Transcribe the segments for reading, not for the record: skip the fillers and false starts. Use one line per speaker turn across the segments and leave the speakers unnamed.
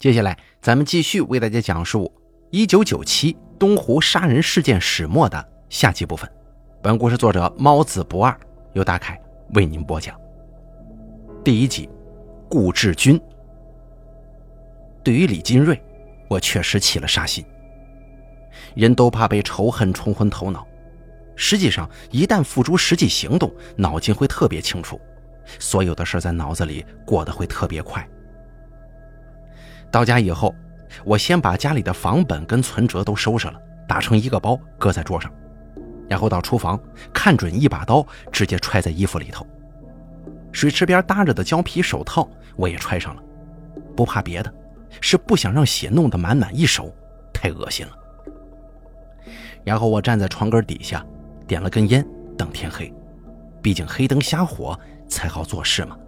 接下来咱们继续为大家讲述1997东湖杀人事件始末的下集部分。本故事作者猫子不二，由大凯为您播讲。第一集，顾志军。对于李金瑞，我确实起了杀心。人都怕被仇恨冲昏头脑，实际上一旦付诸实际行动，脑筋会特别清楚，所有的事在脑子里过得会特别快。到家以后，我先把家里的房本跟存折都收拾了，打成一个包搁在桌上，然后到厨房看准一把刀，直接揣在衣服里头。水池边搭着的胶皮手套我也揣上了，不怕别的，是不想让血弄得满满一手，太恶心了。然后我站在床根底下点了根烟，等天黑，毕竟黑灯瞎火才好做事嘛。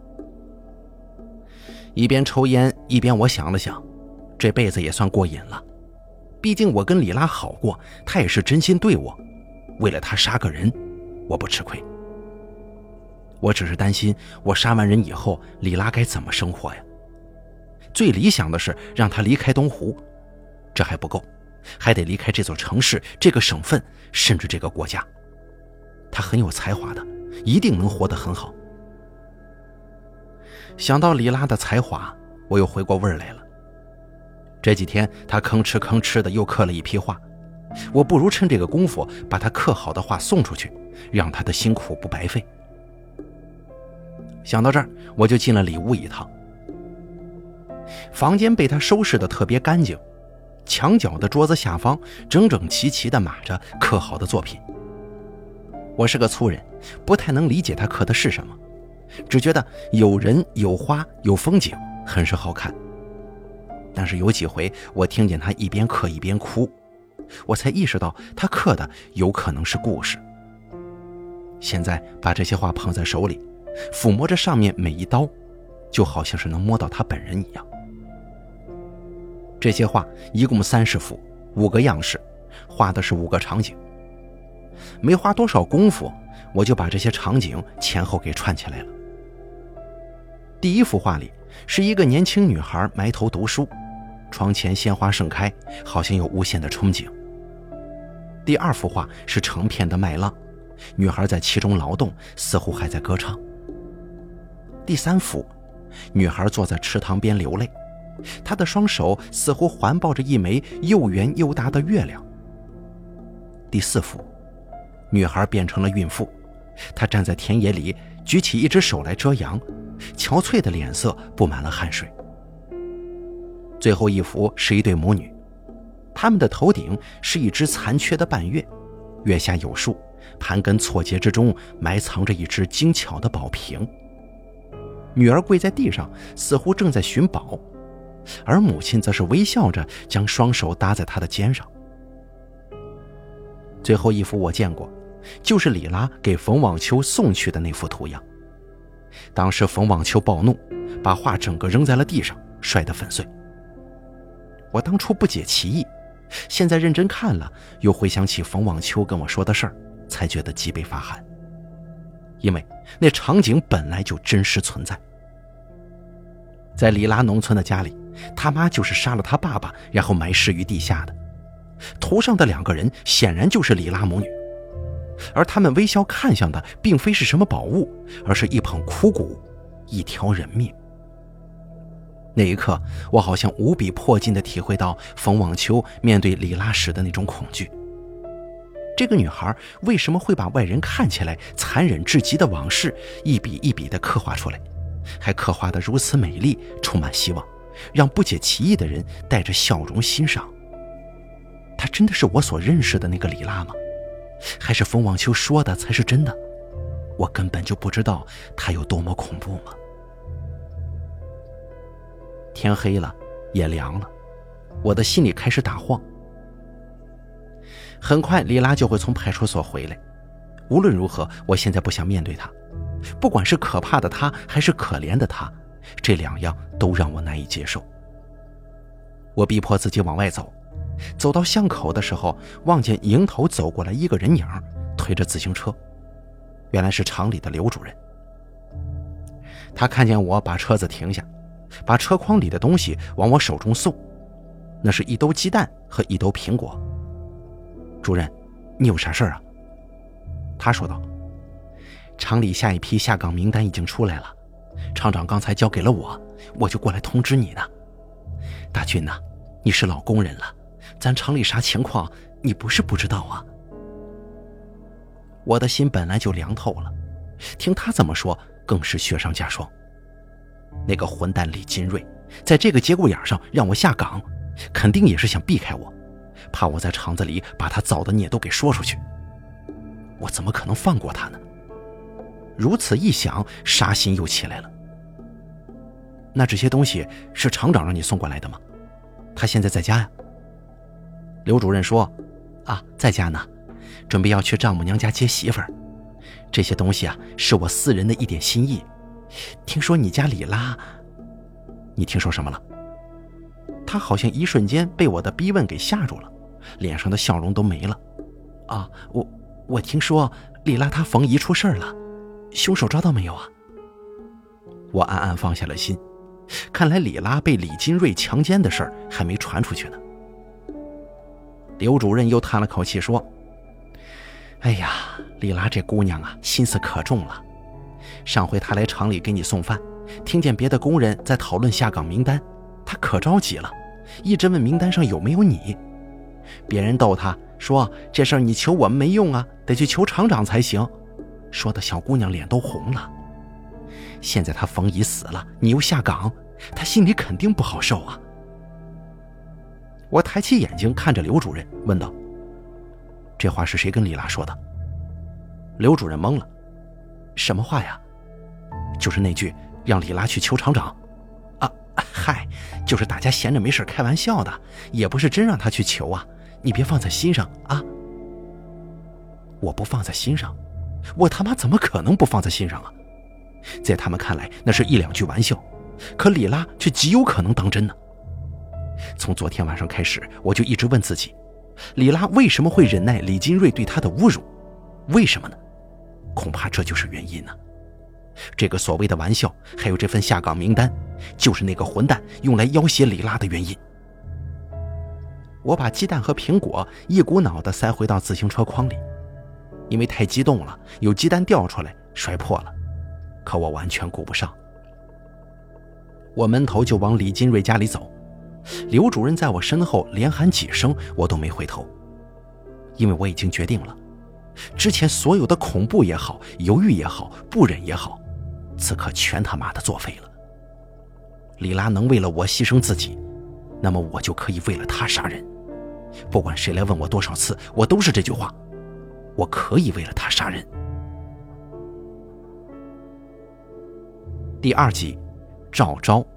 一边抽烟一边我想了想，这辈子也算过瘾了，毕竟我跟李拉好过，她也是真心对我，为了她杀个人我不吃亏。我只是担心我杀完人以后李拉该怎么生活呀。最理想的是让她离开东湖，这还不够，还得离开这座城市，这个省份，甚至这个国家。她很有才华的，一定能活得很好。想到李拉的才华，我又回过味儿来了。这几天她吭哧吭哧的又刻了一批画，我不如趁这个功夫把她刻好的画送出去，让她的辛苦不白费。想到这儿，我就进了里屋一趟。房间被她收拾得特别干净，墙角的桌子下方整整齐齐地码着刻好的作品。我是个粗人，不太能理解她刻的是什么，只觉得有人有花有风景，很是好看。但是有几回我听见她一边刻一边哭，我才意识到她刻的有可能是故事。现在把这些画捧在手里，抚摸着上面每一刀，就好像是能摸到她本人一样。这些画一共30幅，5个样式，画的是5个场景。没花多少功夫，我就把这些场景前后给串起来了。第一幅画里是一个年轻女孩埋头读书，窗前鲜花盛开，好像有无限的憧憬。第2幅画是成片的麦浪，女孩在其中劳动，似乎还在歌唱。第3幅，女孩坐在池塘边流泪，她的双手似乎环抱着一枚又圆又大的月亮。第4幅，女孩变成了孕妇，她站在田野里，举起一只手来遮阳，憔悴的脸色布满了汗水。最后一幅是一对母女，他们的头顶是一只残缺的半月，月下有树，盘根错节之中埋藏着一只精巧的宝瓶。女儿跪在地上，似乎正在寻宝，而母亲则是微笑着将双手搭在她的肩上。最后一幅我见过，就是李拉给冯望秋送去的那幅图样。当时冯望秋暴怒，把画整个扔在了地上，摔得粉碎。我当初不解其意，现在认真看了，又回想起冯望秋跟我说的事儿，才觉得脊背发寒。因为那场景本来就真实存在。在李拉农村的家里，他妈就是杀了他爸爸，然后埋尸于地下的。图上的2个人显然就是李拉母女，而他们微笑看向的并非是什么宝物，而是一捧枯骨，一条人命。那一刻，我好像无比迫近地体会到冯望秋面对李拉时的那种恐惧。这个女孩为什么会把外人看起来残忍至极的往事一笔一笔地刻画出来，还刻画得如此美丽，充满希望，让不解其意的人带着笑容欣赏？她真的是我所认识的那个李拉吗？还是冯望秋说的才是真的？我根本就不知道她有多么恐怖吗？天黑了，也凉了，我的心里开始打晃。很快李拉就会从派出所回来，无论如何，我现在不想面对她，不管是可怕的她还是可怜的她，这2样都让我难以接受。我逼迫自己往外走，走到巷口的时候，望见迎头走过来一个人影，推着自行车，原来是厂里的刘主任。他看见我把车子停下， 把车筐里的东西往我手中送，那是一兜鸡蛋和一兜苹果。主任，你有啥事儿啊？他说道，厂里下一批下岗名单已经出来了，厂长刚才交给了我就过来通知你呢。大军呐，你是老工人了，咱厂里啥情况你不是不知道啊。我的心本来就凉透了，听他这么说更是雪上加霜。那个混蛋李金瑞在这个节骨眼上让我下岗，肯定也是想避开我，怕我在厂子里把他糟的孽都给说出去。我怎么可能放过他呢？如此一想，杀心又起来了。那这些东西是厂长让你送过来的吗？他现在在家呀？刘主任说，啊，在家呢，准备要去丈母娘家接媳妇儿。这些东西啊，是我私人的一点心意。听说你家李拉……你听说什么了？他好像一瞬间被我的逼问给吓住了，脸上的笑容都没了。啊，我听说李拉她冯姨出事了，凶手抓到没有啊？我暗暗放下了心，看来李拉被李金瑞强奸的事儿还没传出去呢。刘主任又叹了口气说，哎呀，李拉这姑娘啊，心思可重了。上回她来厂里给你送饭，听见别的工人在讨论下岗名单，她可着急了，一直问名单上有没有你。别人逗她说，这事儿你求我们没用啊，得去求厂长才行，说的小姑娘脸都红了。现在她冯姨死了，你又下岗，她心里肯定不好受啊。我抬起眼睛看着刘主任问道，这话是谁跟李拉说的？刘主任懵了，什么话呀？就是那句让李拉去求厂长。啊，嗨，就是大家闲着没事开玩笑的，也不是真让他去求啊，你别放在心上啊。我不放在心上？我他妈怎么可能不放在心上啊？在他们看来那是一两句玩笑，可李拉却极有可能当真呢。从昨天晚上开始，我就一直问自己，李拉为什么会忍耐李金瑞对她的侮辱？为什么呢？恐怕这就是原因呢。这个所谓的玩笑，还有这份下岗名单，就是那个混蛋用来要挟李拉的原因。我把鸡蛋和苹果一股脑地塞回到自行车筐里，因为太激动了，有鸡蛋掉出来摔破了，可我完全顾不上。我闷头就往李金瑞家里走，刘主任在我身后连喊几声，我都没回头，因为我已经决定了，之前所有的恐怖也好，犹豫也好，不忍也好，此刻全他妈的作废了。李拉能为了我牺牲自己，那么我就可以为了她杀人。不管谁来问我多少次，我都是这句话，我可以为了她杀人。第2集，赵昭。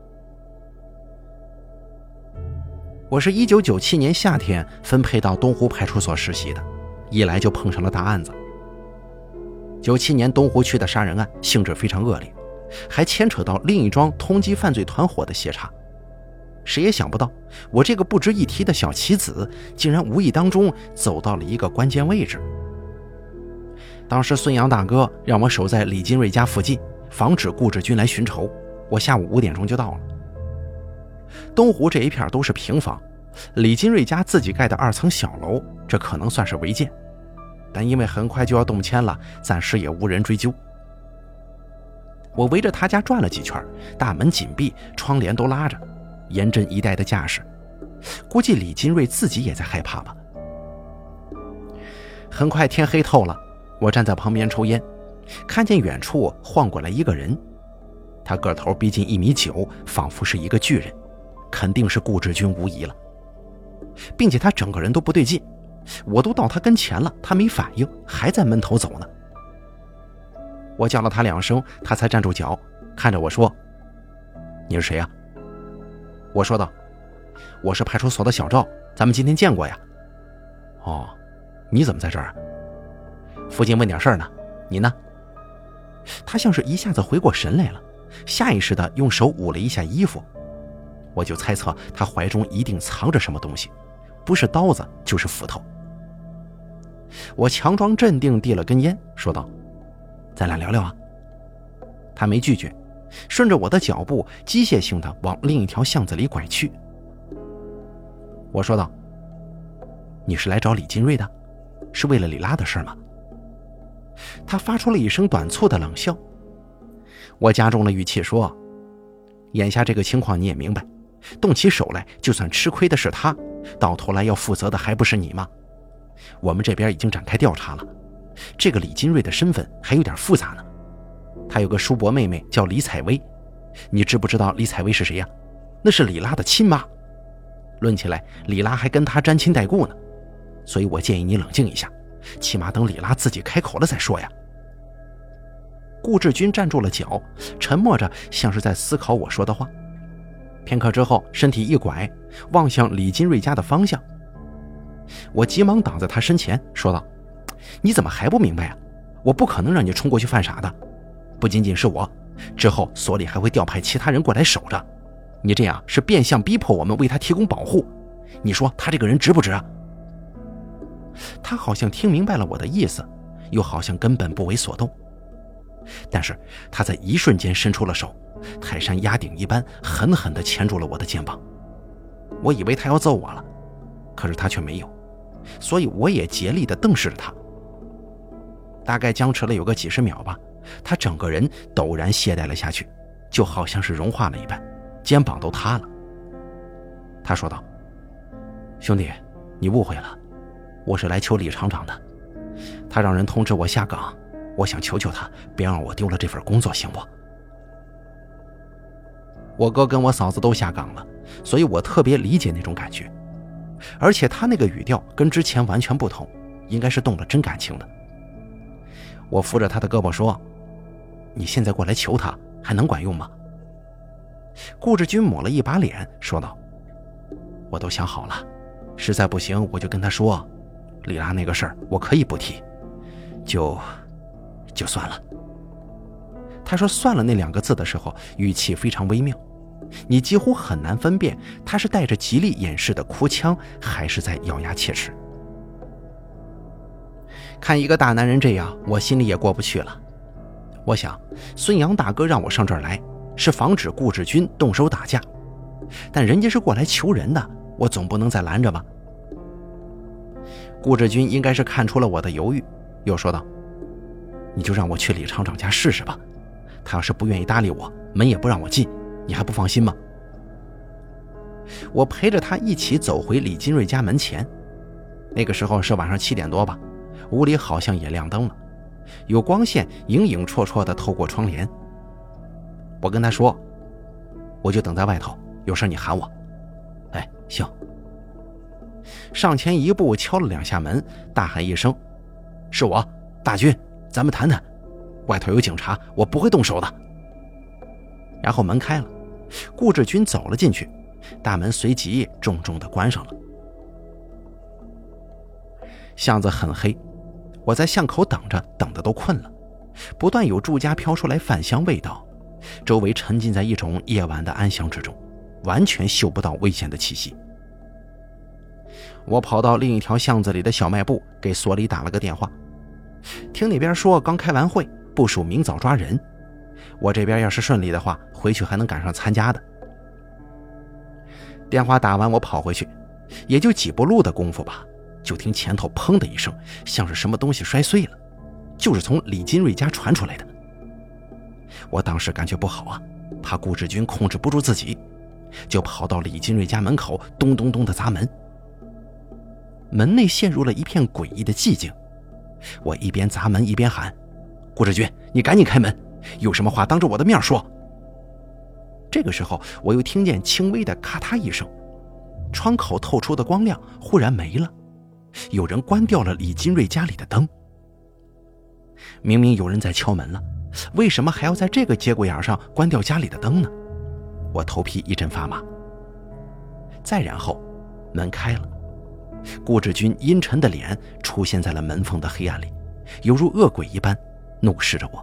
我是1997年夏天分配到东湖派出所实习的，一来就碰上了大案子。97年东湖区的杀人案性质非常恶劣，还牵扯到另一桩通缉犯罪团伙的协查。谁也想不到，我这个不值一提的小棋子，竟然无意当中走到了一个关键位置。当时孙杨大哥让我守在李金瑞家附近，防止顾志军来寻仇。我下午5点钟就到了。东湖这一片都是平房，李金瑞家自己盖的2层小楼，这可能算是违建，但因为很快就要动迁了，暂时也无人追究。我围着他家转了几圈，大门紧闭，窗帘都拉着，严阵以待的架势，估计李金瑞自己也在害怕吧。很快天黑透了，我站在旁边抽烟，看见远处晃过来一个人，他个头逼近1.9米，仿佛是一个巨人，肯定是顾志军无疑了，并且他整个人都不对劲，我都到他跟前了，他没反应，还在闷头走呢。我叫了他2声，他才站住脚，看着我说：“你是谁呀？”我说道：“我是派出所的小赵，咱们今天见过呀。”“哦，你怎么在这儿啊？”“附近问点事儿呢，你呢？”他像是一下子回过神来了，下意识地用手捂了一下衣服。我就猜测他怀中一定藏着什么东西，不是刀子就是斧头。我强装镇定，递了根烟，说道：“咱俩聊聊啊。”他没拒绝， 顺着我的脚步机械性地往另一条巷子里拐去。我说道：“你是来找李金瑞的？是为了李拉的事吗？”他发出了一声短促的冷笑。我加重了语气说：“眼下这个情况你也明白，动起手来就算吃亏的是他，到头来要负责的还不是你吗？我们这边已经展开调查了，这个李金瑞的身份还有点复杂呢。他有个叔伯妹妹叫李采薇，你知不知道李采薇是谁呀？那是李拉的亲妈。论起来，李拉还跟他沾亲带故呢，所以我建议你冷静一下，起码等李拉自己开口了再说呀。”顾志军站住了脚，沉默着，像是在思考我说的话。片刻之后，身体一拐，望向李金瑞家的方向。我急忙挡在他身前，说道：“你怎么还不明白啊？我不可能让你冲过去犯傻的。不仅仅是我，之后所里还会调派其他人过来守着。你这样是变相逼迫我们为他提供保护。你说他这个人值不值啊？”他好像听明白了我的意思，又好像根本不为所动。但是他在一瞬间伸出了手，泰山压顶一般狠狠地牵住了我的肩膀。我以为他要揍我了，可是他却没有，所以我也竭力地瞪视着他。大概僵持了有个几十秒吧，他整个人陡然懈怠了下去，就好像是融化了一般，肩膀都塌了。他说道：“兄弟，你误会了，我是来求李厂长的，他让人通知我下岗，我想求求他，别让我丢了这份工作，行不？”我哥跟我嫂子都下岗了，所以我特别理解那种感觉，而且他那个语调跟之前完全不同，应该是动了真感情的。我扶着他的胳膊说：“你现在过来求他，还能管用吗？”顾志军抹了一把脸，说道：“我都想好了，实在不行我就跟他说，李拉那个事儿我可以不提，就算了。”他说算了那两个字的时候，语气非常微妙，你几乎很难分辨他是带着极力掩饰的哭腔，还是在咬牙切齿。看一个大男人这样，我心里也过不去了。我想孙杨大哥让我上这儿来，是防止顾志军动手打架，但人家是过来求人的，我总不能再拦着吧。顾志军应该是看出了我的犹豫，又说道：“你就让我去李厂长家试试吧，他要是不愿意搭理我，门也不让我进，你还不放心吗？”我陪着他一起走回李金瑞家门前，那个时候是晚上7点多吧，屋里好像也亮灯了，有光线影影绰绰地透过窗帘。我跟他说：“我就等在外头，有事你喊我。”“哎，行。”上前一步敲了2下门，大喊一声：“是我，大军，咱们谈谈，外头有警察，我不会动手的。”然后门开了，顾志军走了进去，大门随即重重地关上了。巷子很黑，我在巷口等着，等得都困了，不断有住家飘出来饭香味道，周围沉浸在一种夜晚的安详之中，完全嗅不到危险的气息。我跑到另一条巷子里的小卖部，给所里打了个电话，听那边说刚开完会，部署明早抓人，我这边要是顺利的话，回去还能赶上参加的。电话打完，我跑回去，也就几步路的功夫吧，就听前头砰的一声，像是什么东西摔碎了，就是从李金瑞家传出来的。我当时感觉不好啊，怕顾志军控制不住自己，就跑到李金瑞家门口，咚咚咚的砸门。门内陷入了一片诡异的寂静，我一边砸门一边喊：“顾志军，你赶紧开门，有什么话当着我的面说。”这个时候我又听见轻微的咔嗒一声，窗口透出的光亮忽然没了，有人关掉了李金瑞家里的灯。明明有人在敲门了，为什么还要在这个节骨眼上关掉家里的灯呢？我头皮一阵发麻。再然后门开了，顾志军阴沉的脸出现在了门缝的黑暗里，犹如恶鬼一般怒视着我。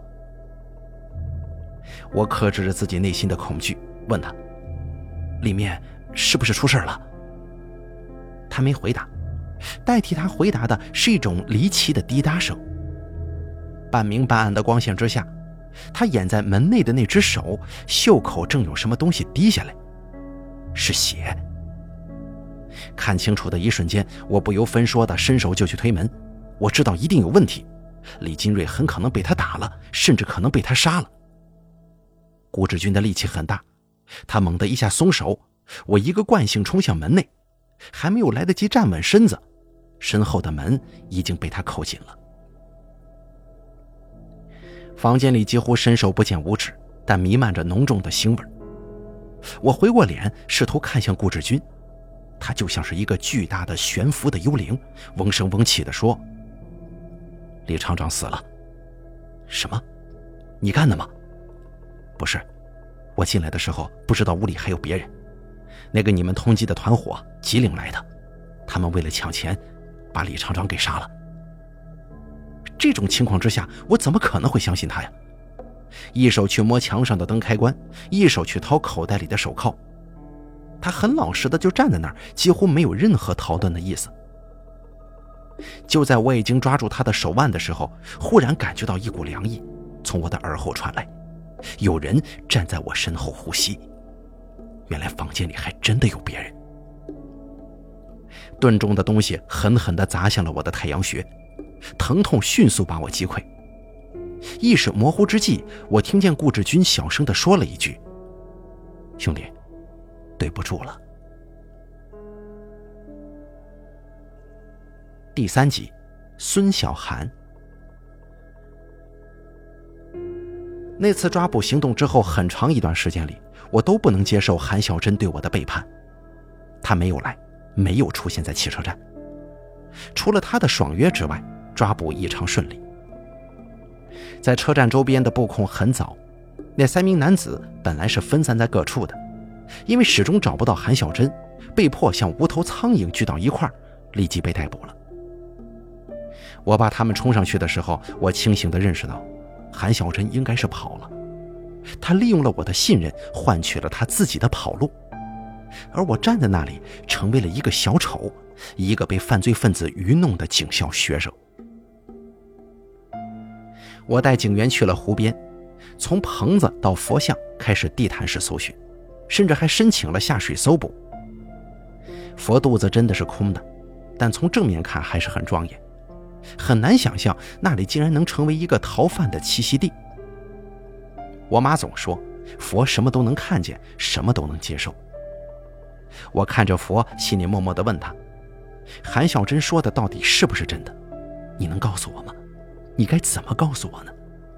我克制着自己内心的恐惧，问他：“里面是不是出事了？”他没回答，代替他回答的是一种离奇的滴答声。半明半暗的光线之下， 他掩在门内的那只手袖口正有什么东西滴下来，是血。看清楚的一瞬间，我不由分说的伸手就去推门。我知道一定有问题，李金瑞很可能被他打了，甚至可能被他杀了。顾志军的力气很大，他猛地一下松手，我一个惯性冲向门内，还没有来得及站稳身子，身后的门已经被他扣紧了。房间里几乎伸手不见五指，但弥漫着浓重的腥味。我回过脸，试图看向顾志军，他就像是一个巨大的悬浮的幽灵，嗡声嗡气地说：“李厂长死了。”“什么？你干的吗？”“不是，我进来的时候不知道屋里还有别人。那个你们通缉的团伙机灵来的，他们为了抢钱，把李厂长给杀了。”这种情况之下，我怎么可能会相信他呀？一手去摸墙上的灯开关，一手去掏口袋里的手铐。他很老实的就站在那儿，几乎没有任何逃遁的意思。就在我已经抓住他的手腕的时候，忽然感觉到一股凉意从我的耳后传来，有人站在我身后呼吸。原来房间里还真的有别人。钝重的东西狠狠地砸向了我的太阳穴，疼痛迅速把我击溃。意识模糊之际，我听见顾志军小声地说了一句：“兄弟，对不住了。”第3集，孙小涵。那次抓捕行动之后很长一段时间里，我都不能接受韩小珍对我的背叛。他没有来，没有出现在汽车站，除了他的爽约之外，抓捕异常顺利。在车站周边的布控很早，那3名男子本来是分散在各处的，因为始终找不到韩小珍，被迫像无头苍蝇聚到一块儿，立即被逮捕了。我把他们冲上去的时候，我清醒地认识到韩小珍应该是跑了，他利用了我的信任，换取了他自己的跑路，而我站在那里成为了一个小丑，一个被犯罪分子愚弄的警校学生。我带警员去了湖边，从棚子到佛像开始地毯式搜寻，甚至还申请了下水搜捕。佛肚子真的是空的，但从正面看还是很庄严，很难想象那里竟然能成为一个逃犯的栖息地。我妈总说佛什么都能看见，什么都能接受。我看着佛，心里默默地问他：韩小珍说的到底是不是真的？你能告诉我吗？你该怎么告诉我呢？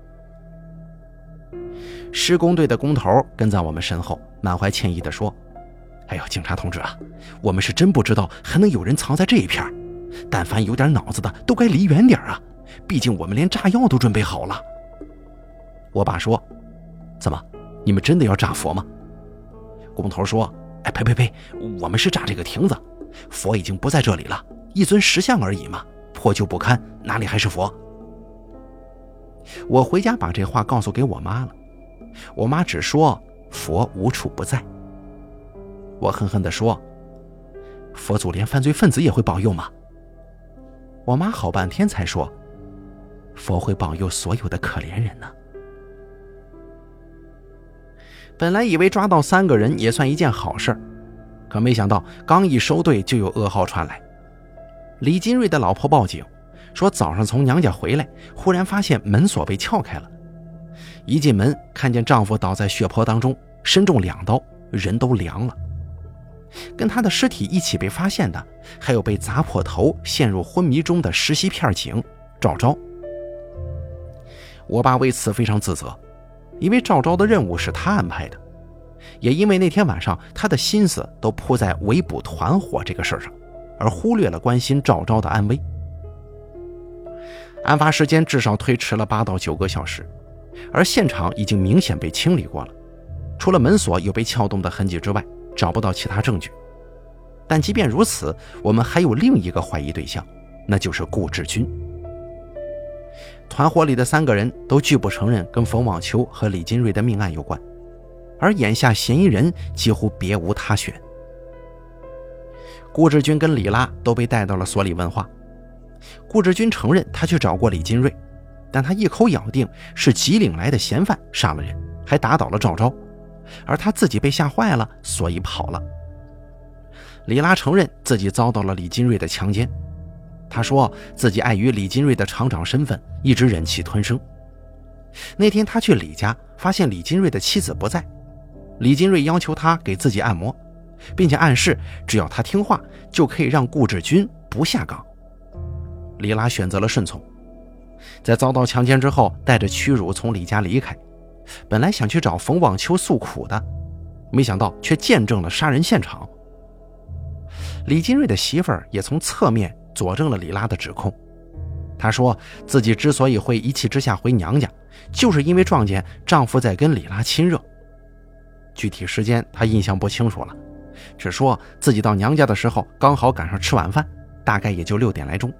施工队的工头跟在我们身后，满怀歉意地说：哎呦，警察同志啊，我们是真不知道还能有人藏在这一片，但凡有点脑子的都该离远点啊，毕竟我们连炸药都准备好了。我爸说：怎么，你们真的要炸佛吗？工头说：哎，呸，我们是炸这个亭子，佛已经不在这里了，一尊石像而已嘛，破旧不堪，哪里还是佛？我回家把这话告诉给我妈了，我妈只说佛无处不在。我恨恨地说：佛祖连犯罪分子也会保佑吗？我妈好半天才说：佛会保佑所有的可怜人呢。本来以为抓到3个人也算一件好事，可没想到刚一收队就有噩耗传来。李金瑞的老婆报警说，早上从娘家回来，忽然发现门锁被撬开了，一进门看见丈夫倒在血泊当中，身中2刀，人都凉了。跟他的尸体一起被发现的还有被砸破头陷入昏迷中的实习片警赵昭。我爸为此非常自责，因为赵昭的任务是他安排的，也因为那天晚上他的心思都扑在围捕团伙这个事上，而忽略了关心赵昭的安危。案发时间至少推迟了8到9个小时，而现场已经明显被清理过了，除了门锁有被撬动的痕迹之外，找不到其他证据。但即便如此，我们还有另一个怀疑对象，那就是顾志军。团伙里的3个人都拒不承认跟冯网秋和李金瑞的命案有关，而眼下嫌疑人几乎别无他选。顾志军跟李拉都被带到了所里问话。顾志军承认他去找过李金瑞， 但他一口咬定是吉岭来的嫌犯杀了人，还打倒了赵昭，而他自己被吓坏了，所以跑了。李拉承认自己遭到了李金瑞的强奸，他说自己碍于李金瑞的厂长身份，一直忍气吞声。那天他去李家，发现李金瑞的妻子不在，李金瑞要求他给自己按摩，并且暗示只要他听话，就可以让顾志军不下岗。李拉选择了顺从，在遭到强奸之后，带着屈辱从李家离开，本来想去找冯望秋诉苦的，没想到却见证了杀人现场。李金瑞的媳妇儿也从侧面佐证了李拉的指控，她说自己之所以会一气之下回娘家，就是因为撞见丈夫在跟李拉亲热。具体时间她印象不清楚了，只说自己到娘家的时候刚好赶上吃晚饭，大概也就6点来钟。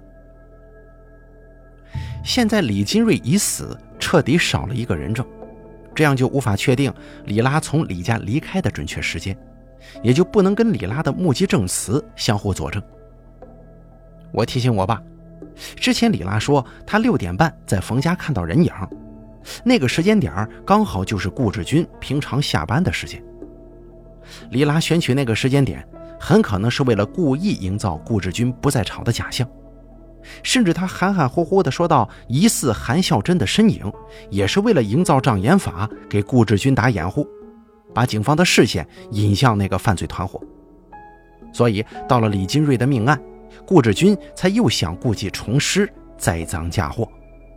现在李金瑞已死，彻底少了一个人证，这样就无法确定李拉从李家离开的准确时间，也就不能跟李拉的目击证词相互佐证。我提醒我爸，之前李拉说她6点半在冯家看到人影，那个时间点刚好就是顾志军平常下班的时间。李拉选取那个时间点，很可能是为了故意营造顾志军不在场的假象，甚至他含含糊糊地说到疑似韩孝珍的身影，也是为了营造障眼法，给顾志军打掩护，把警方的视线引向那个犯罪团伙。所以到了李金瑞的命案，顾志军才又想故技重施，栽赃嫁祸。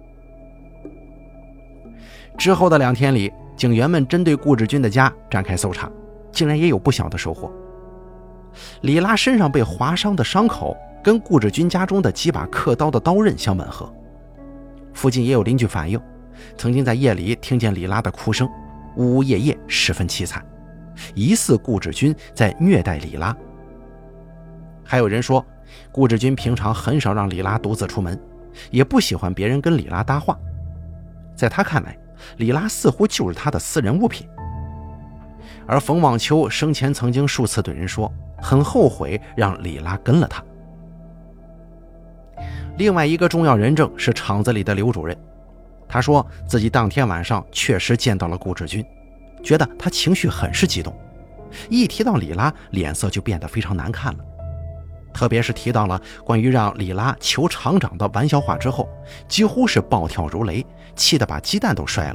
之后的2天里，警员们针对顾志军的家展开搜查，竟然也有不小的收获。李拉身上被划伤的伤口跟顾志军家中的几把刻刀的刀刃相吻合。附近也有邻居反映，曾经在夜里听见李拉的哭声，呜呜咽咽，十分凄惨，疑似顾志军在虐待李拉。还有人说，顾志军平常很少让李拉独自出门，也不喜欢别人跟李拉搭话，在他看来，李拉似乎就是他的私人物品。而冯望秋生前曾经数次对人说，很后悔让李拉跟了他。另外一个重要人证是厂子里的刘主任，他说自己当天晚上确实见到了顾志军，觉得他情绪很是激动，一提到李拉，脸色就变得非常难看了。特别是提到了关于让李拉求厂长的玩笑话之后，几乎是暴跳如雷，气得把鸡蛋都摔了。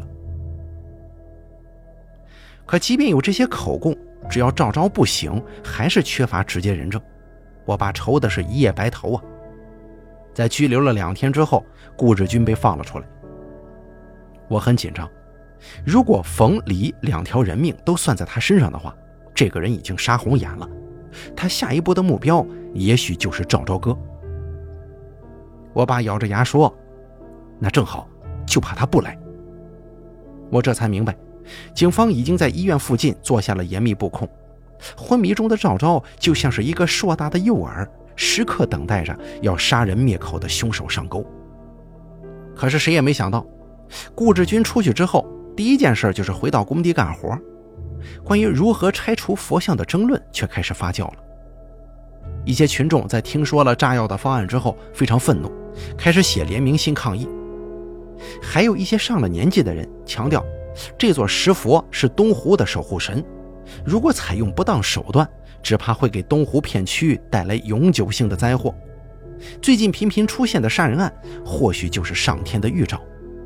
可即便有这些口供，只要赵昭不醒，还是缺乏直接人证。我爸愁的是一夜白头啊！在拘留了2天之后，顾志军被放了出来。我很紧张，如果冯李2条人命都算在他身上的话，这个人已经杀红眼了，他下一步的目标也许就是赵昭哥。我爸咬着牙说，那正好，就怕他不来。我这才明白，警方已经在医院附近做下了严密布控，昏迷中的赵昭就像是一个硕大的诱饵，时刻等待着要杀人灭口的凶手上钩。可是谁也没想到，顾志军出去之后，第一件事就是回到工地干活，关于如何拆除佛像的争论却开始发酵了。一些群众在听说了炸药的方案之后非常愤怒，开始写联名信抗议。还有一些上了年纪的人强调，这座石佛是东湖的守护神，如果采用不当手段，只怕会给东湖片区带来永久性的灾祸。最近频频出现的杀人案，或许就是上天的预兆。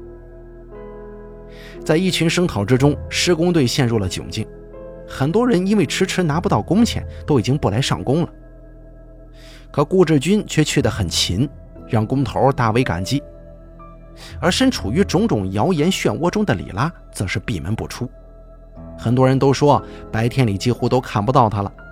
在一群声讨之中，施工队陷入了窘境，很多人因为迟迟拿不到工钱，都已经不来上工了。可顾志军却去得很勤，让工头大为感激。而身处于种种谣言漩涡中的李拉则是闭门不出，很多人都说白天里几乎都看不到他了。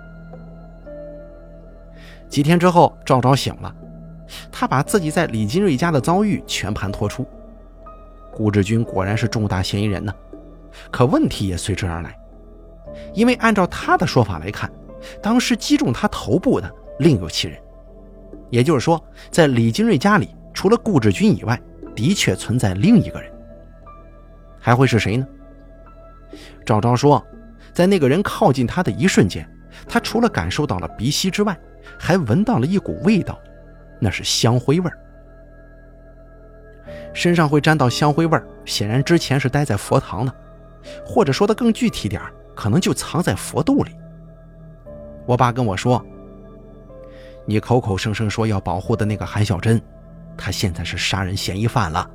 几天之后，赵昭醒了，他把自己在李金瑞家的遭遇全盘托出。顾志军果然是重大嫌疑人呢，可问题也随之而来，因为按照他的说法来看，当时击中他头部的另有其人，也就是说，在李金瑞家里除了顾志军以外，的确存在另一个人。还会是谁呢？赵昭说，在那个人靠近他的一瞬间，他除了感受到了鼻息之外，还闻到了一股味道，那是香灰味。 身上会沾到香灰味，显然之前是待在佛堂的，或者说的更具体点，可能就藏在佛肚里。我爸跟我说，你口口声声说要保护的那个韩小珍，她现在是杀人嫌疑犯了。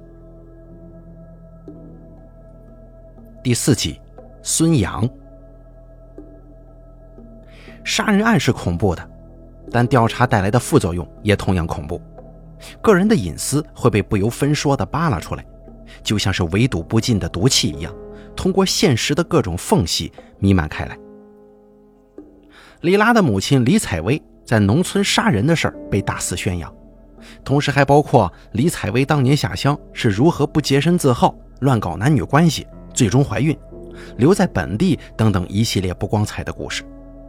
第4集，孙杨。杀人案是恐怖的，但调查带来的副作用也同样恐怖。个人的隐私会被不由分说地扒拉出来，就像是围堵不尽的毒气一样，通过现实的各种缝隙弥漫开来。李拉的母亲李采薇在农村杀人的事儿被大肆宣扬，同时还包括李采薇当年下乡是如何不洁身自好，乱搞男女关系，最终怀孕，留在本地等等一系列不光彩的故事。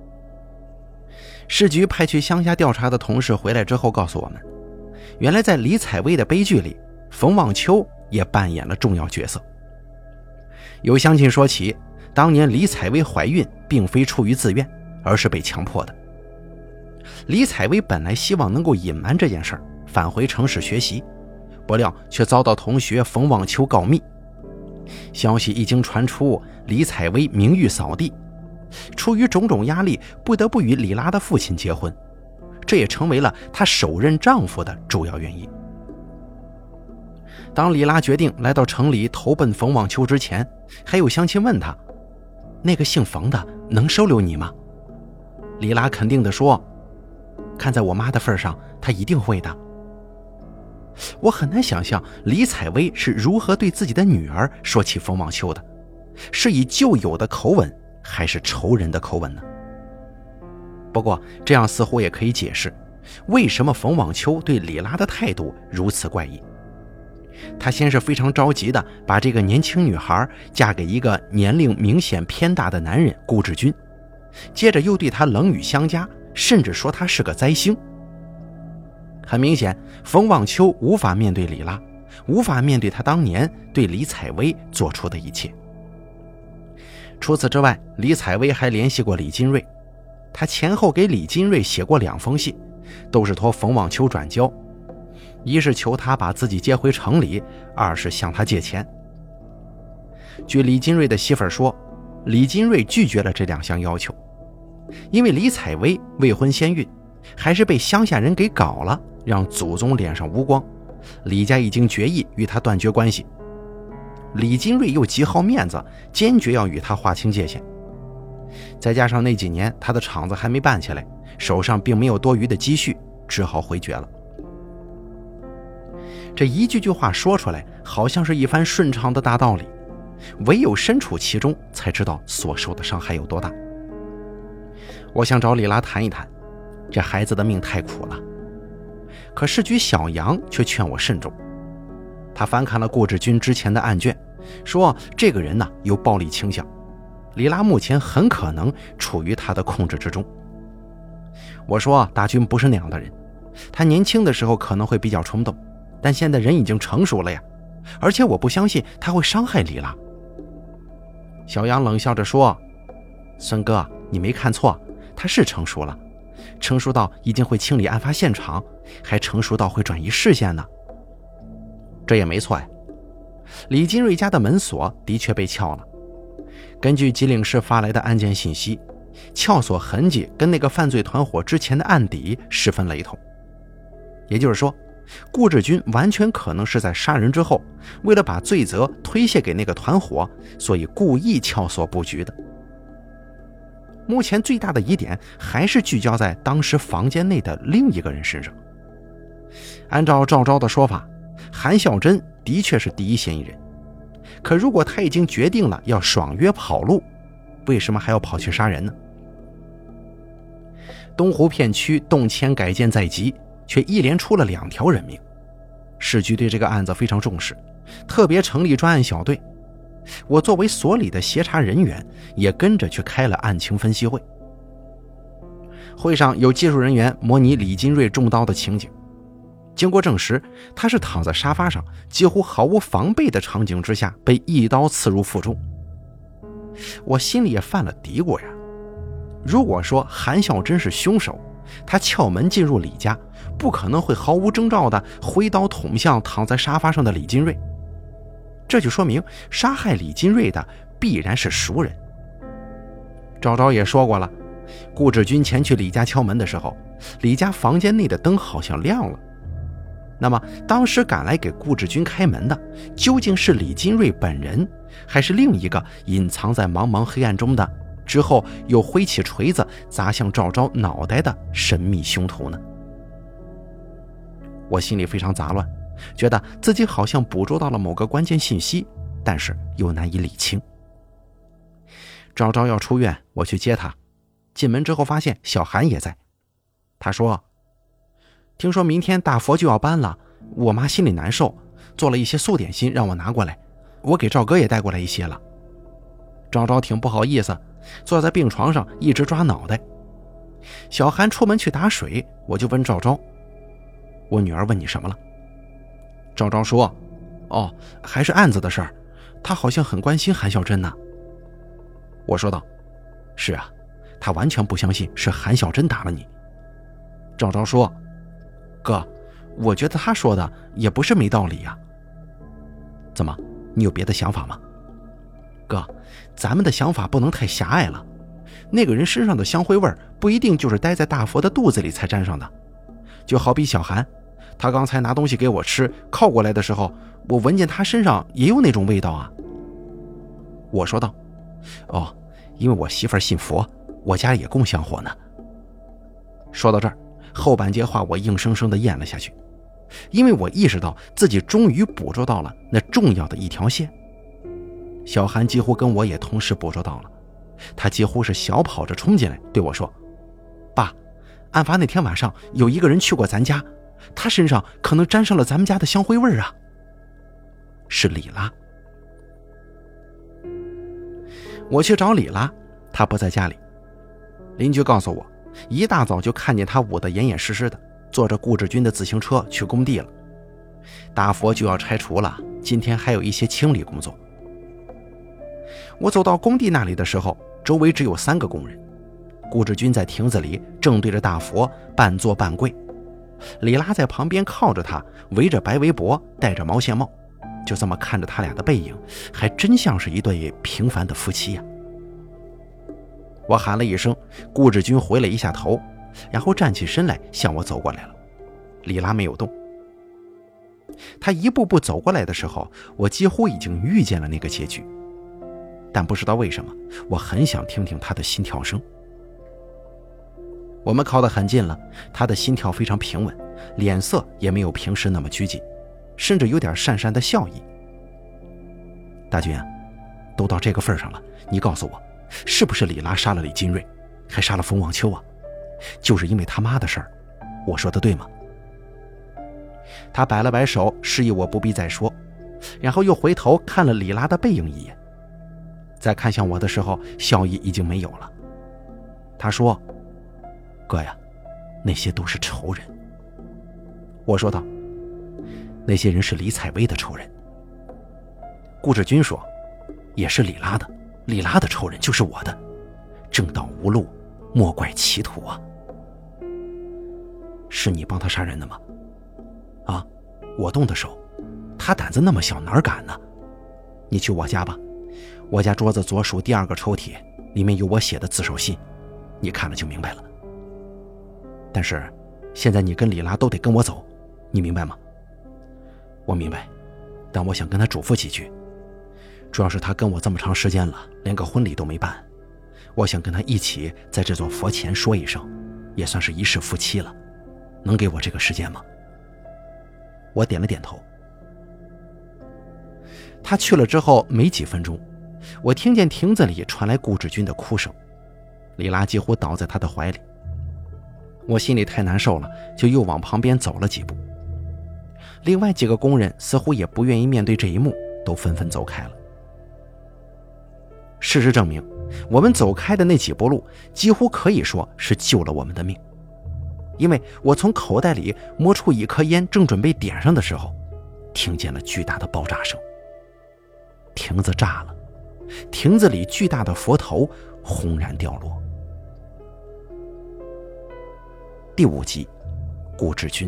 市局派去乡下调查的同事回来之后告诉我们，原来在李采薇的悲剧里，冯望秋也扮演了重要角色。有乡亲说起，当年李采薇怀孕并非出于自愿，而是被强迫的。李采薇本来希望能够隐瞒这件事儿，返回城市学习，不料却遭到同学冯望秋告密。消息一经传出，李采薇名誉扫地，出于种种压力，不得不与李拉的父亲结婚，这也成为了她首任丈夫的主要原因。当李拉决定来到城里投奔冯望秋之前，还有乡亲问她，那个姓冯的能收留你吗？李拉肯定地说，看在我妈的份上，她一定会的。我很难想象李采薇是如何对自己的女儿说起冯望秋的，是以旧有的口吻还是仇人的口吻呢？不过这样似乎也可以解释为什么冯望秋对李拉的态度如此怪异。他先是非常着急地把这个年轻女孩嫁给一个年龄明显偏大的男人顾志军，接着又对她冷语相加，甚至说她是个灾星。很明显，冯望秋无法面对李拉，无法面对他当年对李采薇做出的一切。除此之外，李采薇还联系过李金瑞，他前后给李金瑞写过2封信，都是托冯望秋转交，一是求他把自己接回城里，二是向他借钱。据李金瑞的媳妇儿说，李金瑞拒绝了这2项要求，因为李采薇未婚先孕，还是被乡下人给搞了，让祖宗脸上无光，李家已经决意与他断绝关系。李金瑞又极好面子，坚决要与他划清界限。再加上那几年他的厂子还没办起来，手上并没有多余的积蓄，只好回绝了。这一句句话说出来，好像是一番顺畅的大道理，唯有身处其中才知道所受的伤害有多大。我想找李拉谈一谈，这孩子的命太苦了。可市局小杨却劝我慎重，他翻看了顾志军之前的案卷，说这个人有暴力倾向，李拉目前很可能处于他的控制之中。我说大军不是那样的人，他年轻的时候可能会比较冲动，但现在人已经成熟了呀，而且我不相信他会伤害李拉。小杨冷笑着说，孙哥，你没看错，他是成熟了，成熟到已经会清理案发现场，还成熟到会转移视线呢。这也没错呀，李金瑞家的门锁的确被撬了。根据吉岭市发来的案件信息，撬锁痕迹跟那个犯罪团伙之前的案底十分雷同。也就是说，顾志军完全可能是在杀人之后，为了把罪责推卸给那个团伙，所以故意撬锁布局的。目前最大的疑点还是聚焦在当时房间内的另一个人身上。按照赵昭的说法，韩孝珍的确是第一嫌疑人，可如果他已经决定了要爽约跑路，为什么还要跑去杀人呢？东湖片区动迁改建在即，却一连出了2条人命。市局对这个案子非常重视，特别成立专案小队。我作为所里的协查人员，也跟着去开了案情分析会。会上有技术人员模拟李金瑞中刀的情景，经过证实，他是躺在沙发上，几乎毫无防备的场景之下被一刀刺入腹中。我心里也犯了嘀咕呀，如果说韩孝珍是凶手， 他撬门进入李家，不可能会毫无征兆地挥刀捅向躺在沙发上的李金瑞，这就说明杀害李金瑞的必然是熟人。赵昭也说过了，顾志军前去李家敲门的时候，李家房间内的灯好像亮了。那么当时赶来给顾志军开门的，究竟是李金瑞本人，还是另一个隐藏在茫茫黑暗中的，之后又挥起锤子砸向赵昭脑袋的神秘凶徒呢？我心里非常杂乱，觉得自己好像捕捉到了某个关键信息，但是又难以理清。赵昭要出院，我去接他。进门之后发现小韩也在。他说，听说明天大佛就要搬了，我妈心里难受，做了一些素点心让我拿过来，我给赵哥也带过来一些了。赵昭挺不好意思，坐在病床上一直抓脑袋。小韩出门去打水，我就问赵昭，我女儿问你什么了？赵昭说，哦，还是案子的事儿，她好像很关心韩小珍呢。我说道，是啊，她完全不相信是韩小珍打了你。赵昭说，哥，我觉得他说的也不是没道理呀。怎么，你有别的想法吗？哥，咱们的想法不能太狭隘了。那个人身上的香灰味不一定就是待在大佛的肚子里才沾上的。就好比小韩，他刚才拿东西给我吃，靠过来的时候，我闻见他身上也有那种味道啊。我说道，哦，因为我媳妇儿信佛，我家也供香火呢。说到这儿，后半截话我硬生生地咽了下去，因为我意识到自己终于捕捉到了那重要的一条线。小韩几乎跟我也同时捕捉到了，他几乎是小跑着冲进来对我说，爸，案发那天晚上有一个人去过咱家，他身上可能沾上了咱们家的香灰味啊。是李拉。我去找李拉，他不在家里。邻居告诉我，一大早就看见他捂得严严实实的，坐着顾志军的自行车去工地了。大佛就要拆除了，今天还有一些清理工作。我走到工地那里的时候，周围只有3个工人。顾志军在亭子里正对着大佛半坐半跪，李拉在旁边靠着他，围着白围脖，戴着毛线帽，就这么看着他俩的背影，还真像是一对平凡的夫妻呀。我喊了一声，顾志军回了一下头，然后站起身来向我走过来了。李拉没有动。他一步步走过来的时候，我几乎已经预见了那个结局，但不知道为什么，我很想听听他的心跳声。我们靠得很近了，他的心跳非常平稳，脸色也没有平时那么拘谨，甚至有点讪讪的笑意。大军啊，都到这个份上了，你告诉我，是不是李拉杀了李金瑞，还杀了冯望秋啊？就是因为他妈的事儿，我说的对吗？他摆了摆手，示意我不必再说，然后又回头看了李拉的背影一眼，再看向我的时候，笑意已经没有了。他说，哥呀，那些都是仇人。我说道，那些人是李采薇的仇人。顾志军说，也是李拉的，李拉的仇人就是我的，正道无路，莫怪歧途啊。是你帮他杀人的吗？啊，我动的手，他胆子那么小，哪敢呢？你去我家吧，我家桌子左数第2个抽屉，里面有我写的自首信，你看了就明白了。但是现在你跟李拉都得跟我走，你明白吗？我明白，但我想跟他嘱咐几句，主要是他跟我这么长时间了，连个婚礼都没办，我想跟他一起在这座佛前说一声，也算是一世夫妻了，能给我这个时间吗？我点了点头。他去了之后没几分钟，我听见亭子里传来顾志军的哭声，李拉几乎倒在他的怀里。我心里太难受了，就又往旁边走了几步。另外几个工人似乎也不愿意面对这一幕，都纷纷走开了。事实证明，我们走开的那几步路几乎可以说是救了我们的命，因为我从口袋里摸出一颗烟，正准备点上的时候，听见了巨大的爆炸声。亭子炸了，亭子里巨大的佛头轰然掉落。 第5集，顾志军。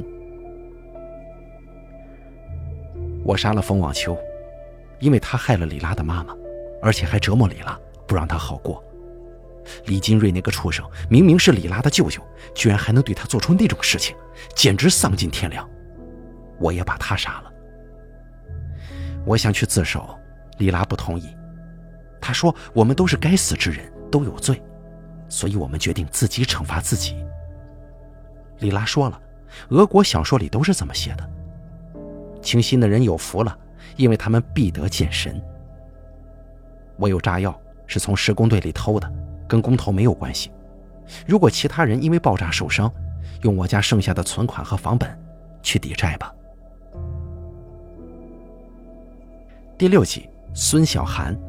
我杀了冯网秋，因为他害了李拉的妈妈，而且还折磨李拉，不让她好过。李金瑞那个畜生，明明是李拉的舅舅，居然还能对他做出那种事情，简直丧尽天良。我也把他杀了。我想去自首，李拉不同意。他说我们都是该死之人，都有罪，所以我们决定自己惩罚自己。李拉说了，俄国小说里都是这么写的，轻心的人有福了，因为他们必得见神。我有炸药，是从施工队里偷的，跟工头没有关系。如果其他人因为爆炸受伤，用我家剩下的存款和房本去抵债吧。第6集，孙小涵。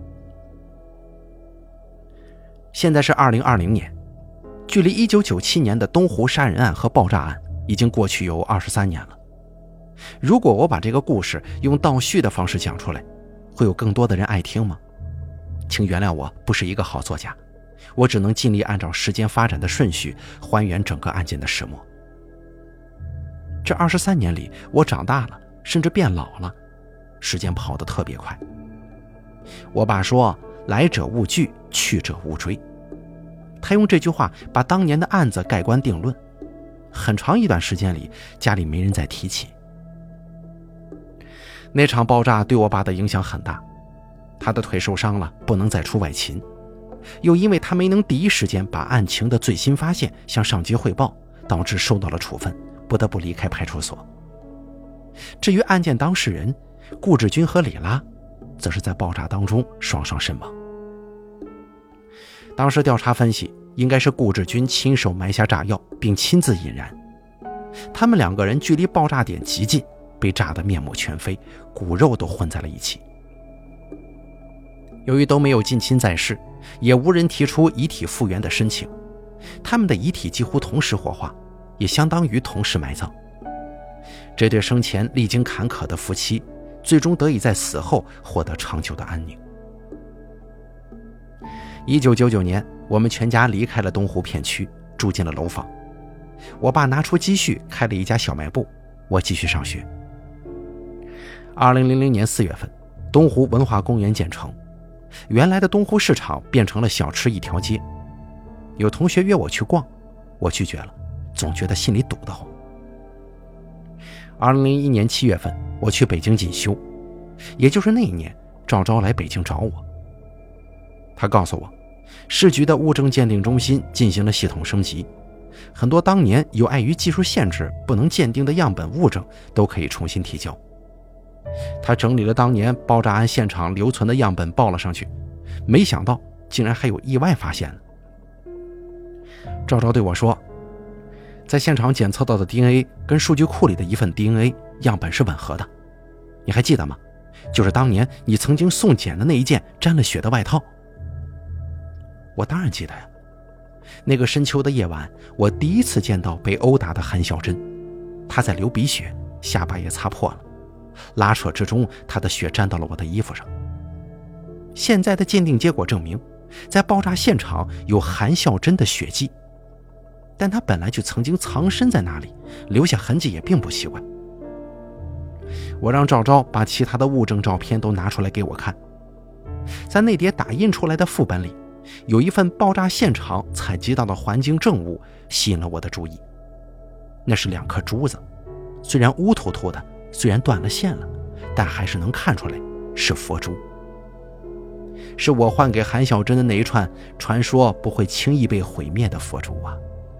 现在是2020年，距离1997年的东湖杀人案和爆炸案已经过去有23年了。如果我把这个故事用倒叙的方式讲出来，会有更多的人爱听吗？请原谅我不是一个好作家，我只能尽力按照时间发展的顺序还原整个案件的始末。这23年里，我长大了，甚至变老了，时间跑得特别快。我爸说，来者勿拒，去者勿追。他用这句话把当年的案子盖棺定论。很长一段时间里，家里没人再提起。那场爆炸对我爸的影响很大，他的腿受伤了，不能再出外勤，又因为他没能第一时间把案情的最新发现向上级汇报，导致受到了处分，不得不离开派出所。至于案件当事人顾志军和李拉，则是在爆炸当中双双身亡。当时调查分析，应该是顾志军亲手埋下炸药并亲自引燃，他们2个人距离爆炸点极近，被炸得面目全非，骨肉都混在了一起。由于都没有近亲在世，也无人提出遗体复原的申请，他们的遗体几乎同时火化，也相当于同时埋葬。这对生前历经坎坷的夫妻，最终得以在死后获得长久的安宁。1999年，我们全家离开了东湖片区，住进了楼房。我爸拿出积蓄开了一家小卖部，我继续上学。2000年4月份，东湖文化公园建成，原来的东湖市场变成了小吃一条街。有同学约我去逛，我拒绝了，总觉得心里堵得慌。2001年7月份，我去北京进修，也就是那一年，赵昭来北京找我。他告诉我，市局的物证鉴定中心进行了系统升级，很多当年有碍于技术限制不能鉴定的样本物证都可以重新提交。他整理了当年爆炸案现场留存的样本报了上去，没想到竟然还有意外发现了。赵昭对我说，在现场检测到的 DNA 跟数据库里的一份 DNA 样本是吻合的，你还记得吗？就是当年你曾经送检的那一件沾了血的外套。我当然记得呀，那个深秋的夜晚，我第一次见到被殴打的韩小珍，她在流鼻血，下巴也擦破了，拉扯之中，她的血沾到了我的衣服上。现在的鉴定结果证明，在爆炸现场有韩孝珍的血迹，但她本来就曾经藏身在那里，留下痕迹也并不奇怪。我让赵昭把其他的物证照片都拿出来给我看，在那叠打印出来的副本里，有一份爆炸现场采集到的环境证物吸引了我的注意。那是2颗珠子，虽然乌突突的，虽然断了线了，但还是能看出来是佛珠，是我换给韩小珍的那一串传说不会轻易被毁灭的佛珠啊。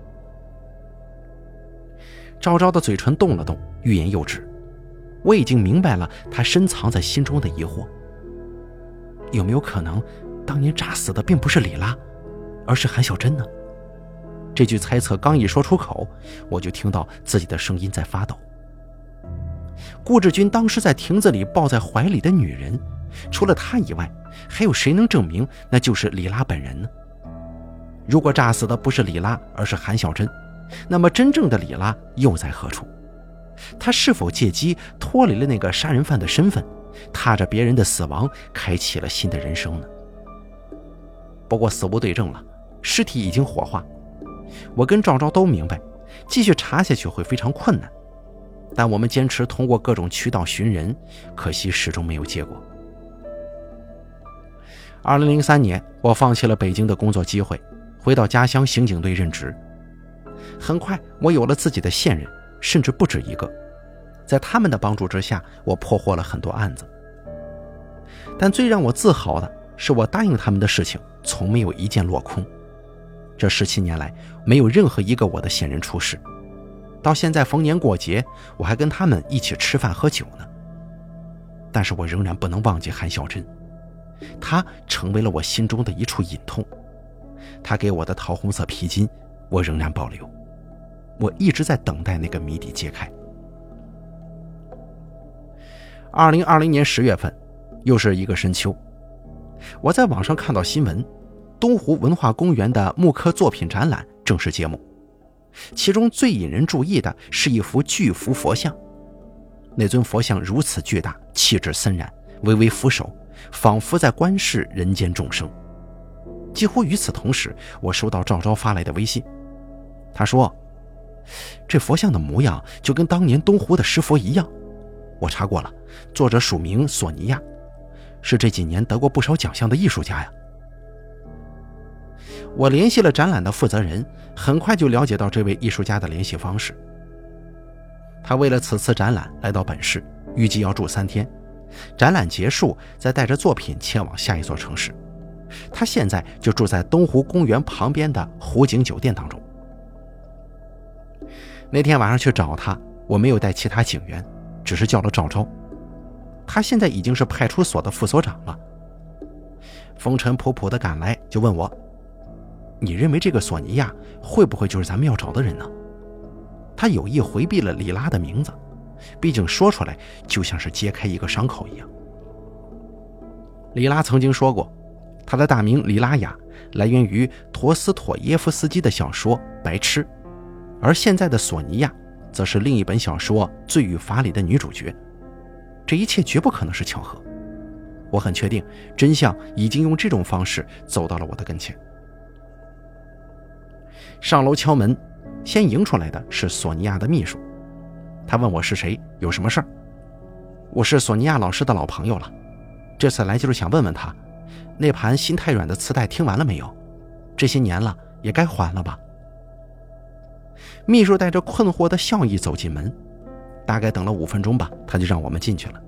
赵昭的嘴唇动了动，欲言又止。我已经明白了他深藏在心中的疑惑，有没有可能当年炸死的并不是李拉，而是韩小珍呢？这句猜测刚一说出口，我就听到自己的声音在发抖。顾志军当时在亭子里抱在怀里的女人，除了他以外，还有谁能证明那就是李拉本人呢？如果炸死的不是李拉，而是韩小珍，那么真正的李拉又在何处？他是否借机脱离了那个杀人犯的身份，踏着别人的死亡开启了新的人生呢？不过死无对证了，尸体已经火化。我跟赵昭都明白， 继续查下去会非常困难，但我们坚持通过各种渠道寻人，可惜始终没有结果。2003年，我放弃了北京的工作机会，回到家乡刑警队任职。很快，我有了自己的线人，甚至不止一个。在他们的帮助之下，我破获了很多案子。但最让我自豪的是，我答应他们的事情从没有一件落空。这17年来，没有任何一个我的线人出事。到现在逢年过节，我还跟他们一起吃饭喝酒呢。但是我仍然不能忘记韩小珍，她成为了我心中的一处隐痛。她给我的桃红色皮筋，我仍然保留。我一直在等待那个谜底揭开。2020年10月份，又是一个深秋，我在网上看到新闻，东湖文化公园的木刻作品展览正式揭幕。其中最引人注意的是一幅巨幅佛像，那尊佛像如此巨大，气质森然，微微俯首，仿佛在观视人间众生。几乎与此同时，我收到赵昭发来的微信，他说这佛像的模样就跟当年东湖的石佛一样，我查过了，作者署名索尼娅，是这几年得过不少奖项的艺术家呀。我联系了展览的负责人，很快就了解到这位艺术家的联系方式。他为了此次展览来到本市，预计要住3天，展览结束再带着作品前往下一座城市。他现在就住在东湖公园旁边的湖景酒店当中。那天晚上去找他，我没有带其他警员，只是叫了赵昭。他现在已经是派出所的副所长了。风尘仆仆地赶来，就问我，你认为这个索尼娅会不会就是咱们要找的人呢？他有意回避了李拉的名字，毕竟说出来就像是揭开一个伤口一样。李拉曾经说过，他的大名李拉雅来源于陀思妥耶夫斯基的小说《白痴》，而现在的索尼娅则是另一本小说《罪与罚》里的女主角。这一切绝不可能是巧合，我很确定真相已经用这种方式走到了我的跟前。上楼敲门，先迎出来的是索尼娅的秘书。他问我是谁，有什么事儿。我是索尼娅老师的老朋友了，这次来就是想问问他，那盘心太软的磁带听完了没有？这些年了，也该还了吧。秘书带着困惑的笑意走进门，大概等了5分钟吧，他就让我们进去了。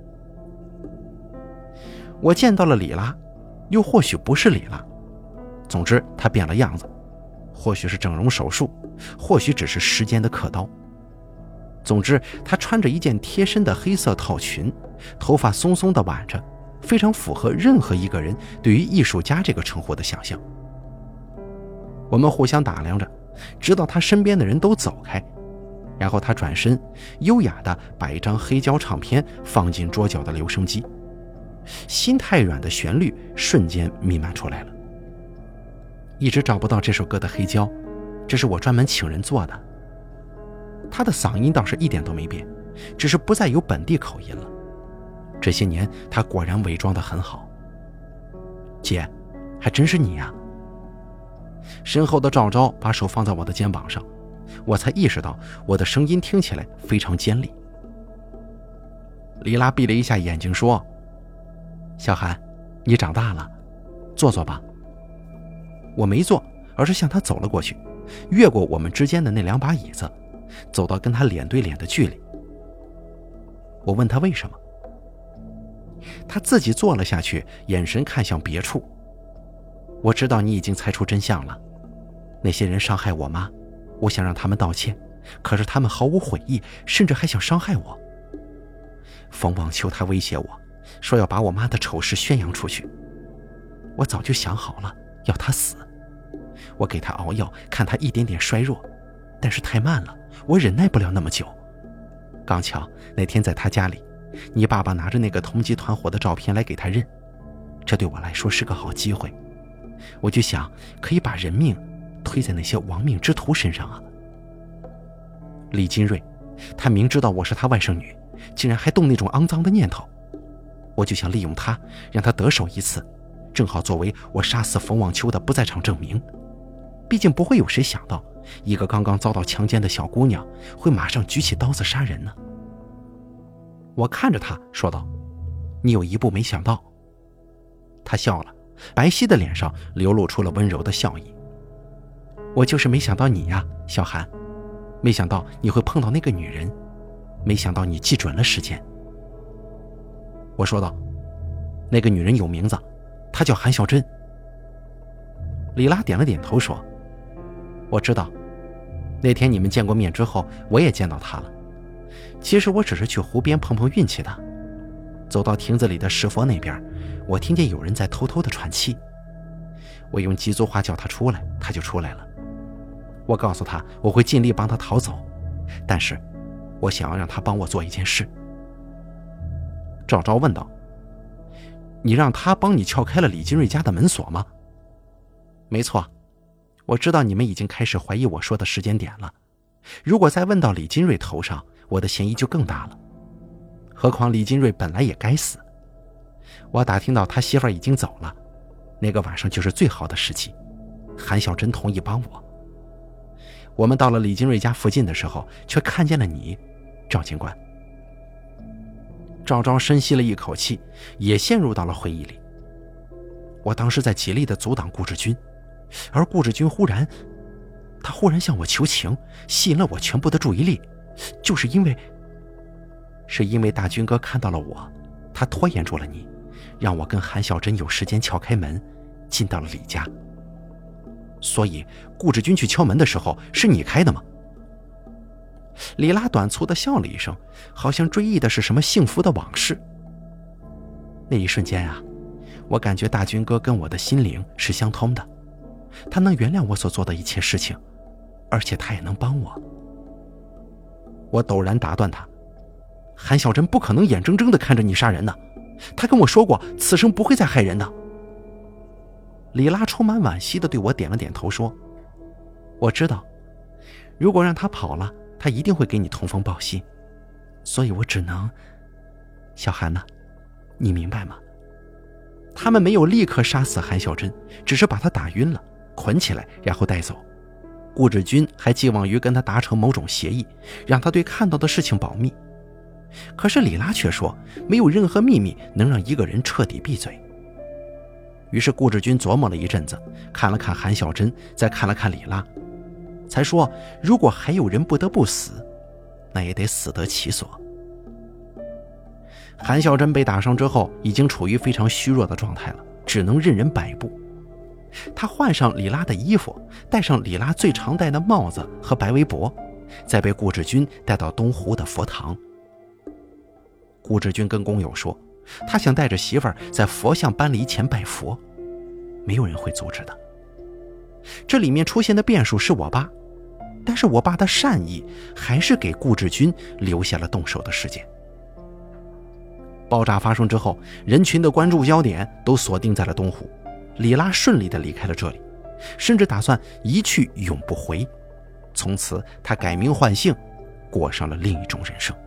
我见到了李拉，又或许不是李拉，总之他变了样子，或许是整容手术，或许只是时间的刻刀。总之他穿着一件贴身的黑色套裙，头发松松的挽着，非常符合任何一个人对于艺术家这个称呼的想象。我们互相打量着，直到他身边的人都走开，然后他转身，优雅地把一张黑胶唱片放进桌角的留声机，心太软的旋律瞬间弥漫出来了。一直找不到这首歌的黑胶，这是我专门请人做的。他的嗓音倒是一点都没变，只是不再有本地口音了。这些年他果然伪装得很好。姐，还真是你呀。身后的赵昭把手放在我的肩膀上，我才意识到我的声音听起来非常尖利。黎拉闭了一下眼睛说，小韩，你长大了，坐坐吧。我没坐，而是向他走了过去，越过我们之间的那2把椅子，走到跟他脸对脸的距离。我问他为什么，他自己坐了下去，眼神看向别处。我知道你已经猜出真相了，那些人伤害我妈，我想让他们道歉，可是他们毫无悔意，甚至还想伤害我。冯望秋他威胁我，说要把我妈的丑事宣扬出去。我早就想好了，要他死。我给他熬药，看他一点点衰弱，但是太慢了，我忍耐不了那么久。刚巧那天在他家里，你爸爸拿着那个同级团伙的照片来给他认，这对我来说是个好机会。我就想可以把人命推在那些亡命之徒身上啊。李金瑞，他明知道我是他外甥女，竟然还动那种肮脏的念头。我就想利用他，让他得手一次，正好作为我杀死冯望秋的不在场证明。毕竟不会有谁想到， 一个刚刚遭到强奸的小姑娘会马上举起刀子杀人呢？我看着他说道：“你有一步没想到。”他笑了，白皙的脸上流露出了温柔的笑意。我就是没想到你呀，小韩，没想到你会碰到那个女人，没想到你记准了时间。我说道：“那个女人有名字，她叫韩小珍。”李拉点了点头说：“我知道，那天你们见过面之后，我也见到她了。其实我只是去湖边碰碰运气的。走到亭子里的石佛那边，我听见有人在偷偷的喘气。我用彝族话叫他出来，他就出来了。我告诉他我会尽力帮他逃走，但是我想要让他帮我做一件事。”赵昭问道：“你让他帮你撬开了李金瑞家的门锁吗？”“没错，我知道你们已经开始怀疑我说的时间点了。如果再问到李金瑞头上，我的嫌疑就更大了。何况李金瑞本来也该死。我打听到他媳妇儿已经走了，那个晚上就是最好的时机。韩小珍同意帮我。我们到了李金瑞家附近的时候，却看见了你，赵警官。”赵昭深吸了一口气，也陷入到了回忆里。我当时在极力地阻挡顾志军，而顾志军忽然向我求情，吸引了我全部的注意力，就是因为大军哥看到了我，他拖延住了你，让我跟韩小珍有时间撬开门，进到了李家。所以顾志军去敲门的时候是你开的吗？李拉短促地笑了一声，好像追忆的是什么幸福的往事。那一瞬间啊，我感觉大军哥跟我的心灵是相通的，他能原谅我所做的一切事情，而且他也能帮我。我陡然打断他：“韩小珍不可能眼睁睁地看着你杀人的，他跟我说过此生不会再害人的。”李拉充满惋惜地对我点了点头说：“我知道，如果让他跑了，他一定会给你通风报信，所以我只能……小韩呢？你明白吗？他们没有立刻杀死韩小珍，只是把他打晕了，捆起来然后带走。顾志军还寄望于跟他达成某种协议，让他对看到的事情保密。可是李拉却说，没有任何秘密能让一个人彻底闭嘴。于是顾志军琢磨了一阵子，看了看韩小珍，再看了看李拉，才说如果还有人不得不死，那也得死得其所。韩小珍被打伤之后已经处于非常虚弱的状态了，只能任人摆布。他换上李拉的衣服，戴上李拉最常戴的帽子和白围脖，再被顾志军带到东湖的佛堂。顾志军跟工友说，他想带着媳妇儿在佛像搬离前拜佛，没有人会阻止的。这里面出现的变数是我爸，但是我爸的善意还是给顾志军留下了动手的时间。爆炸发生之后，人群的关注焦点都锁定在了东湖。李拉顺利地离开了这里，甚至打算一去永不回。从此他改名换姓，过上了另一种人生。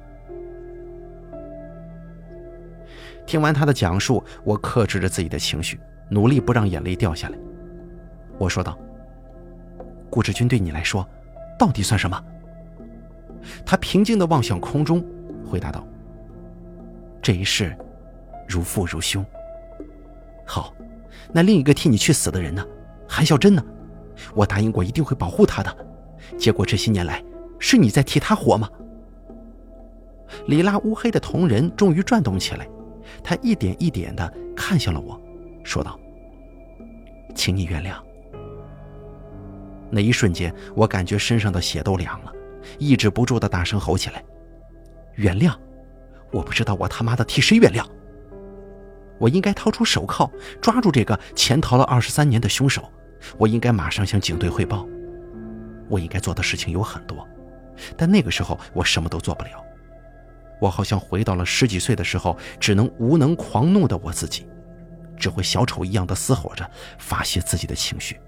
听完他的讲述，我克制着自己的情绪，努力不让眼泪掉下来。我说道：“顾志军对你来说到底算什么？”他平静地望向空中，回答道：“这一世如父如兄。”好，那另一个替你去死的人呢？韩小珍呢？我答应过一定会保护她的，结果这些年来是你在替她活吗？李拉乌黑的瞳仁终于转动起来，他一点一点地看向了我，说道：“请你原谅。”那一瞬间，我感觉身上的血都凉了，抑制不住地大声吼起来：“原谅？我不知道我他妈的替谁原谅！我应该掏出手铐，抓住这个潜逃了23年的凶手。我应该马上向警队汇报。我应该做的事情有很多，但那个时候我什么都做不了。我好像回到了10几岁的时候，只能无能狂怒的我自己，只会小丑一样的嘶吼着发泄自己的情绪。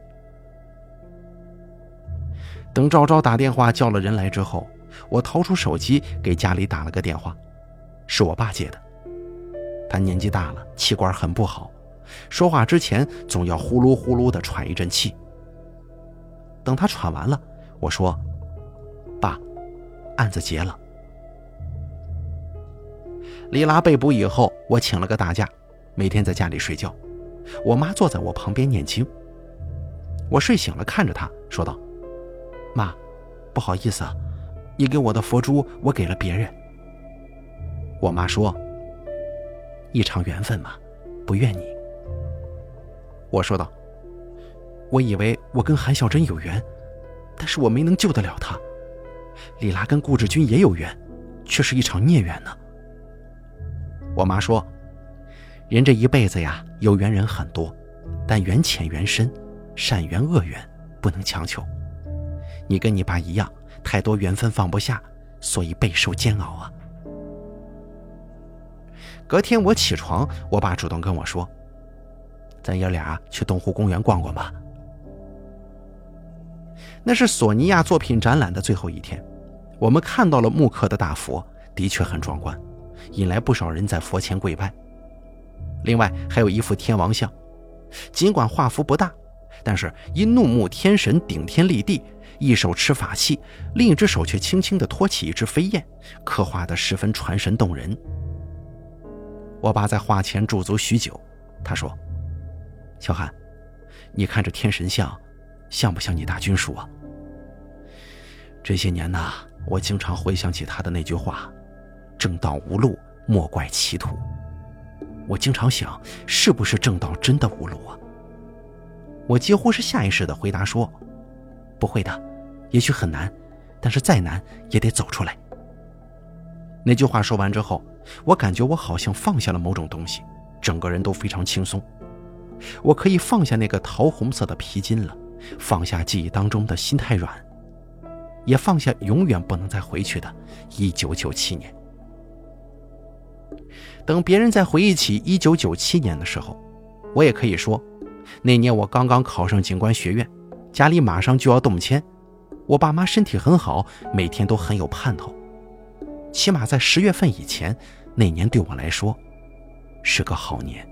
等赵昭打电话叫了人来之后，我掏出手机给家里打了个电话，是我爸接的。他年纪大了，气管很不好，说话之前总要呼噜呼噜地喘一阵气。等他喘完了， 我说：“爸，案子结了。”李拉被捕以后，我请了个大假，每天在家里睡觉。我妈坐在我旁边念经。我睡醒了，看着她说道：“妈，不好意思啊，你给我的佛珠我给了别人。”我妈说：“一场缘分嘛，不怨你。”我说道：“我以为我跟韩小珍有缘，但是我没能救得了她。李拉跟顾志军也有缘，却是一场孽缘呢。”我妈说：“人这一辈子呀，有缘人很多，但缘浅缘深，善缘恶缘不能强求。你跟你爸一样，太多缘分放不下，所以备受煎熬啊。”隔天我起床，我爸主动跟我说：“咱爷俩去东湖公园逛逛吧。”那是索尼娅作品展览的最后一天，我们看到了木刻的大佛，的确很壮观，引来不少人在佛前跪拜。另外还有一幅天王像，尽管画幅不大，但是因怒目天神顶天立地，一手持法器，另一只手却轻轻地托起一只飞燕，刻画得十分传神动人。我爸在画前驻足许久，他说：“小汉，你看这天神像，像不像你大军叔啊？”这些年呢，我经常回想起他的那句话：“正道无路，莫怪歧途。”我经常想，是不是正道真的无路啊？我几乎是下意识地回答说：“不会的，也许很难，但是再难也得走出来。”那句话说完之后，我感觉我好像放下了某种东西，整个人都非常轻松。我可以放下那个桃红色的皮筋了，放下记忆当中的心太软，也放下永远不能再回去的1997年。等别人在回忆起1997年的时候，我也可以说，那年我刚刚考上警官学院，家里马上就要动迁，我爸妈身体很好，每天都很有盼头。起码在10月份以前，那年对我来说是个好年。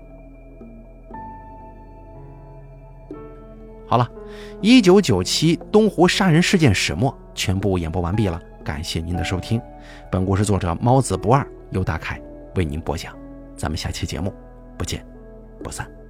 好了，1997东湖杀人事件始末全部演播完毕了，感谢您的收听。本故事作者猫子不二，由大凯为您播讲，咱们下期节目不见不散。